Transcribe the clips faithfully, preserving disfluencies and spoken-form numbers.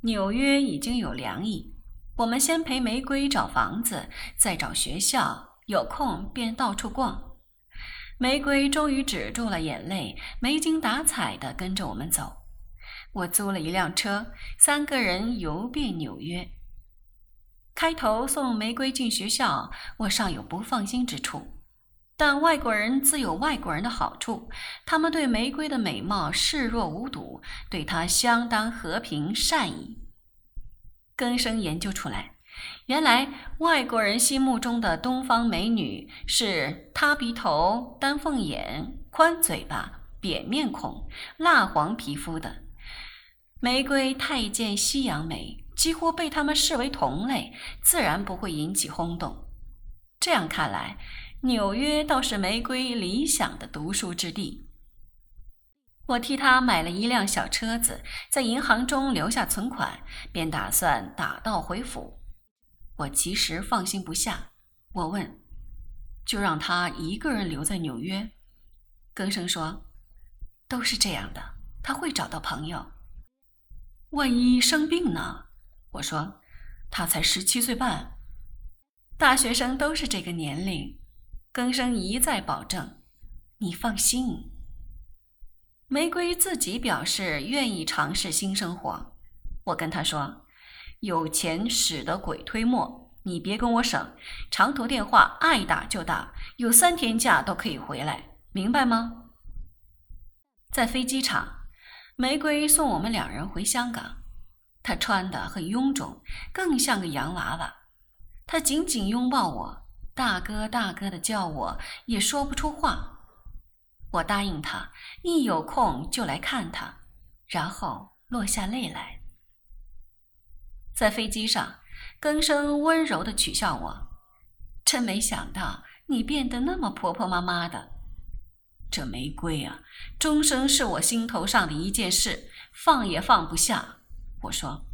纽约已经有凉意，我们先陪玫瑰找房子，再找学校，有空便到处逛。玫瑰终于止住了眼泪，没精打采地跟着我们走。我租了一辆车，三个人游遍纽约。开头送玫瑰进学校，我尚有不放心之处，但外国人自有外国人的好处，他们对玫瑰的美貌视若无睹，对她相当和平善意。更生研究出来，原来外国人心目中的东方美女是塌鼻头、丹凤眼、宽嘴巴、扁面孔、蜡黄皮肤的。玫瑰太见西洋美，几乎被他们视为同类，自然不会引起轰动。这样看来，纽约倒是玫瑰理想的读书之地。我替她买了一辆小车子，在银行中留下存款，便打算打道回府。我其实放心不下，我问，就让她一个人留在纽约？更生说，都是这样的，她会找到朋友。万一生病呢？我说，她才十七岁半，大学生都是这个年龄。更生一再保证，你放心。玫瑰自己表示愿意尝试新生活。我跟她说，有钱使得鬼推磨，你别跟我省，长途电话爱打就打，有三天假都可以回来，明白吗？在飞机场，玫瑰送我们两人回香港。她穿得很臃肿，更像个洋娃娃。她紧紧拥抱我，大哥大哥地叫我，也说不出话。我答应她，一有空就来看她，然后落下泪来。在飞机上，更生温柔地取笑我，真没想到你变得那么婆婆妈妈的。这玫瑰啊，终生是我心头上的一件事，放也放不下。我说，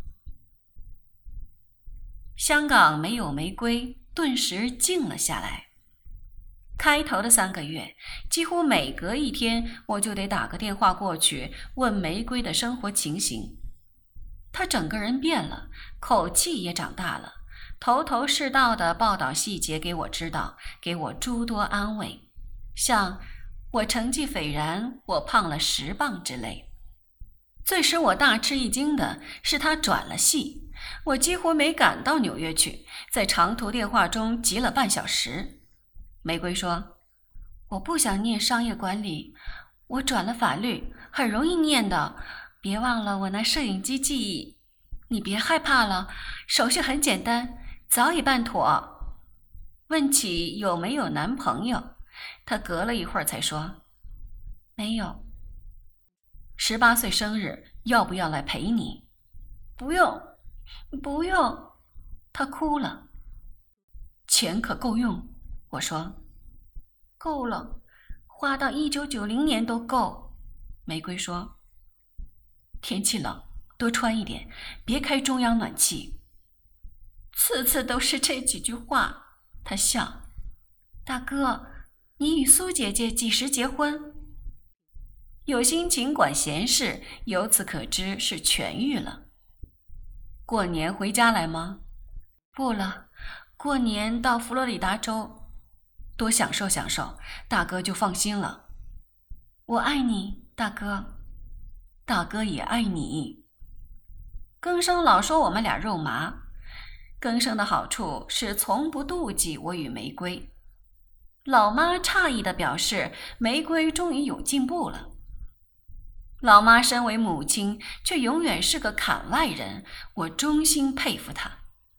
香港没有玫瑰，顿时静了下来。开头的三个月，几乎每隔一天，我就得打个电话过去，问玫瑰的生活情形。她整个人变了，口气也长大了，头头是道地报道细节给我知道，给我诸多安慰，像我成绩斐然，我胖了十磅之类。最使我大吃一惊的是她转了系，我几乎没赶到纽约去，在长途电话中急了半小时。玫瑰说，我不想念商业管理，我转了法律，很容易念的，别忘了我拿摄影机记忆。你别害怕了，手续很简单，早已办妥。问起有没有男朋友，她隔了一会儿才说，没有。十八岁生日，要不要来陪你？不用，不用。她哭了。钱可够用？我说，够了，花到一九九零年都够。玫瑰说，天气冷，多穿一点，别开中央暖气。次次都是这几句话。她笑，大哥，你与苏姐姐几时结婚？有心情管闲事，由此可知是痊愈了。过年回家来吗？不了，过年到佛罗里达州，多享受享受，大哥就放心了。我爱你，大哥。大哥也爱你。更生老说我们俩肉麻，更生的好处是从不妒忌我与玫瑰。老妈诧异地表示，玫瑰终于有进步了。老妈身为母亲，却永远是个坎外人，我衷心佩服她。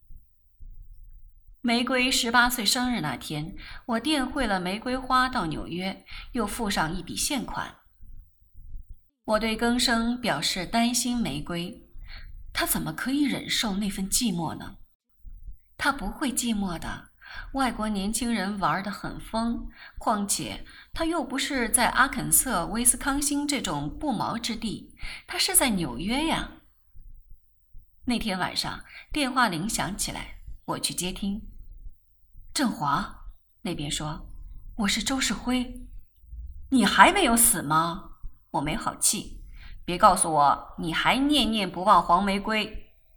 玫瑰十八岁生日那天，我电汇了玫瑰花到纽约，又付上一笔现款。我对更生表示担心玫瑰，她怎么可以忍受那份寂寞呢？她不会寂寞的，外国年轻人玩得很疯，况且她又不是在阿肯色、威斯康星这种不毛之地，她是在纽约呀。那天晚上电话铃响起来，我去接听。振华那边说，我是周世辉。你还没有死吗？我没好气，别告诉我你还念念不忘黄玫瑰。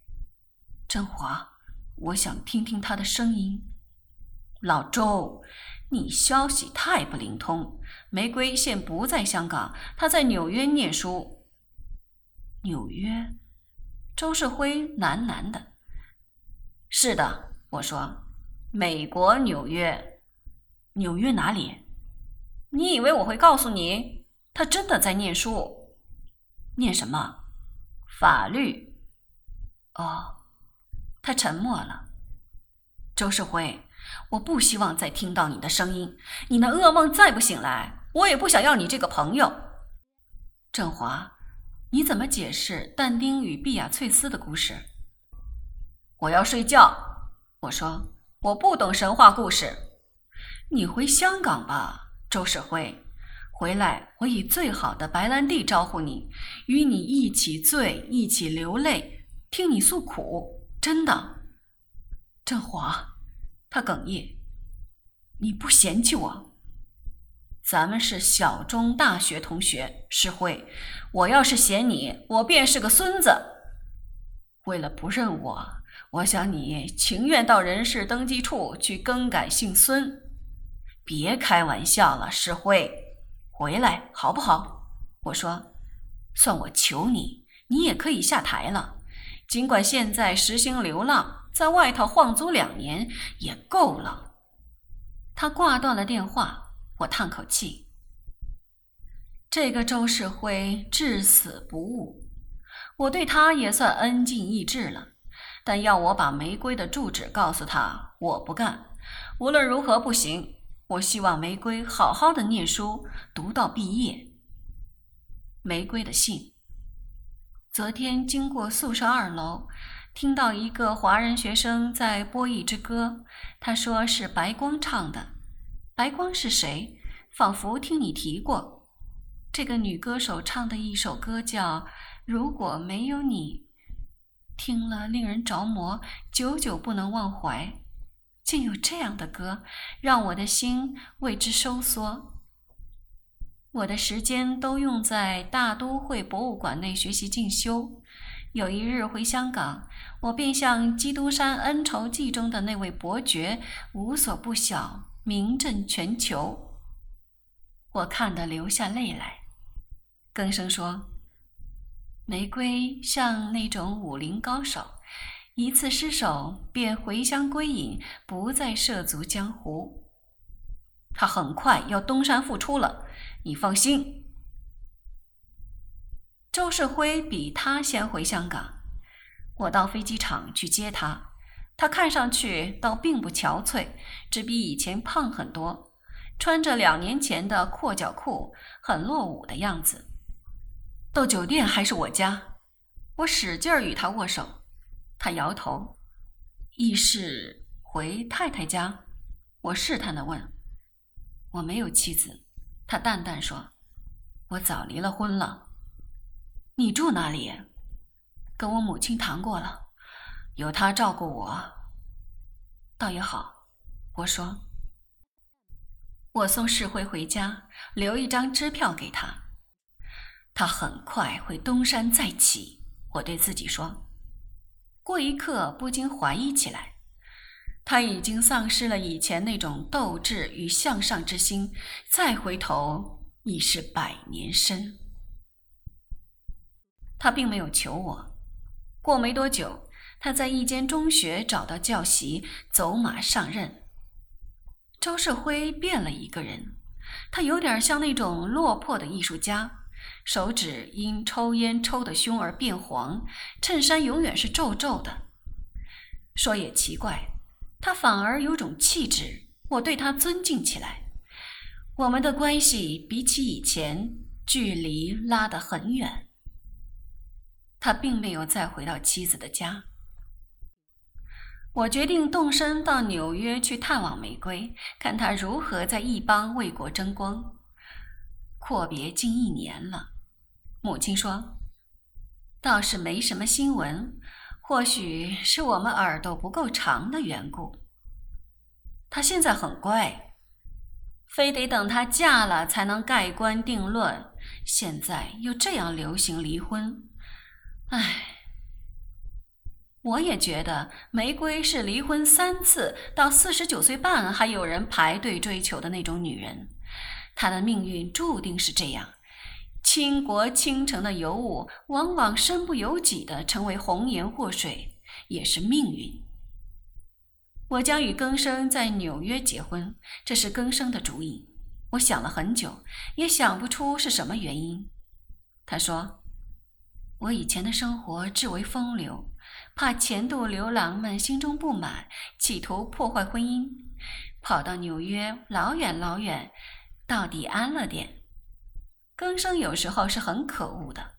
振华，我想听听他的声音。老周，你消息太不灵通。玫瑰现不在香港，她在纽约念书。纽约？周世辉喃喃的。是的，我说，美国纽约。纽约哪里？你以为我会告诉你？她真的在念书。念什么？法律。哦，他沉默了。周世辉，我不希望再听到你的声音。你那噩梦再不醒来，我也不想要你这个朋友。振华，你怎么解释但丁与碧雅翠丝的故事？我要睡觉。我说，我不懂神话故事。你回香港吧，周世辉。回来，我以最好的白兰地招呼你，与你一起醉，一起流泪，听你诉苦，真的。振华，他哽咽，你不嫌弃我？咱们是小中大学同学，世辉，我要是嫌你，我便是个孙子。为了不认我，我想你情愿到人事登记处去更改姓孙。别开玩笑了，世辉，回来好不好？我说，算我求你，你也可以下台了。尽管现在实行流浪，在外头晃足两年也够了。他挂断了电话，我叹口气。这个周世辉至死不悟，我对他也算恩尽义至了，但要我把玫瑰的住址告诉他，我不干。无论如何不行，我希望玫瑰好好的念书，读到毕业。玫瑰的信。昨天经过宿舍二楼，听到一个华人学生在播一支歌，他说是白光唱的。白光是谁？仿佛听你提过。这个女歌手唱的一首歌叫《如果没有你》，听了令人着魔，久久不能忘怀。竟有这样的歌，让我的心为之收缩。我的时间都用在大都会博物馆内学习进修。有一日回香港，我便像《基督山恩仇记》中的那位伯爵，无所不晓，名震全球。我看得流下泪来。更生说，玫瑰像那种武林高手，一次失手便回乡归隐，不再涉足江湖。他很快要东山复出了，你放心。周世辉比他先回香港，我到飞机场去接他。他看上去倒并不憔悴，只比以前胖很多，穿着两年前的阔脚裤，很落伍的样子。到酒店还是我家？我使劲与他握手。他摇头。亦是回太太家？我试探地问。我没有妻子。他淡淡说，我早离了婚了。你住哪里？跟我母亲谈过了，有她照顾我。倒也好，我说。我送世辉回家，留一张支票给他。他很快会东山再起，我对自己说。过一刻不禁怀疑起来，他已经丧失了以前那种斗志与向上之心，再回头已是百年身。他并没有求我。过没多久，他在一间中学找到教习，走马上任。周世辉变了一个人，他有点像那种落魄的艺术家，手指因抽烟抽得凶而变黄，衬衫永远是皱皱的。说也奇怪，他反而有种气质，我对他尊敬起来。我们的关系比起以前，距离拉得很远。他并没有再回到妻子的家。我决定动身到纽约去探望玫瑰，看她如何在异邦为国争光。阔别近一年了，母亲说，倒是没什么新闻，或许是我们耳朵不够长的缘故。她现在很乖，非得等她嫁了才能盖棺定论，现在又这样流行离婚。唉， 我也觉得玫瑰是离婚三次到四十九岁半还有人排队追求的那种女人，她的命运注定是这样。倾国倾城的尤物往往身不由己地成为红颜祸水，也是命运。我将与更生在纽约结婚，这是更生的主意。我想了很久，也想不出是什么原因。他说，我以前的生活至为风流，怕前度流郎们心中不满，企图破坏婚姻，跑到纽约老远老远，到底安乐点。更生有时候是很可恶的，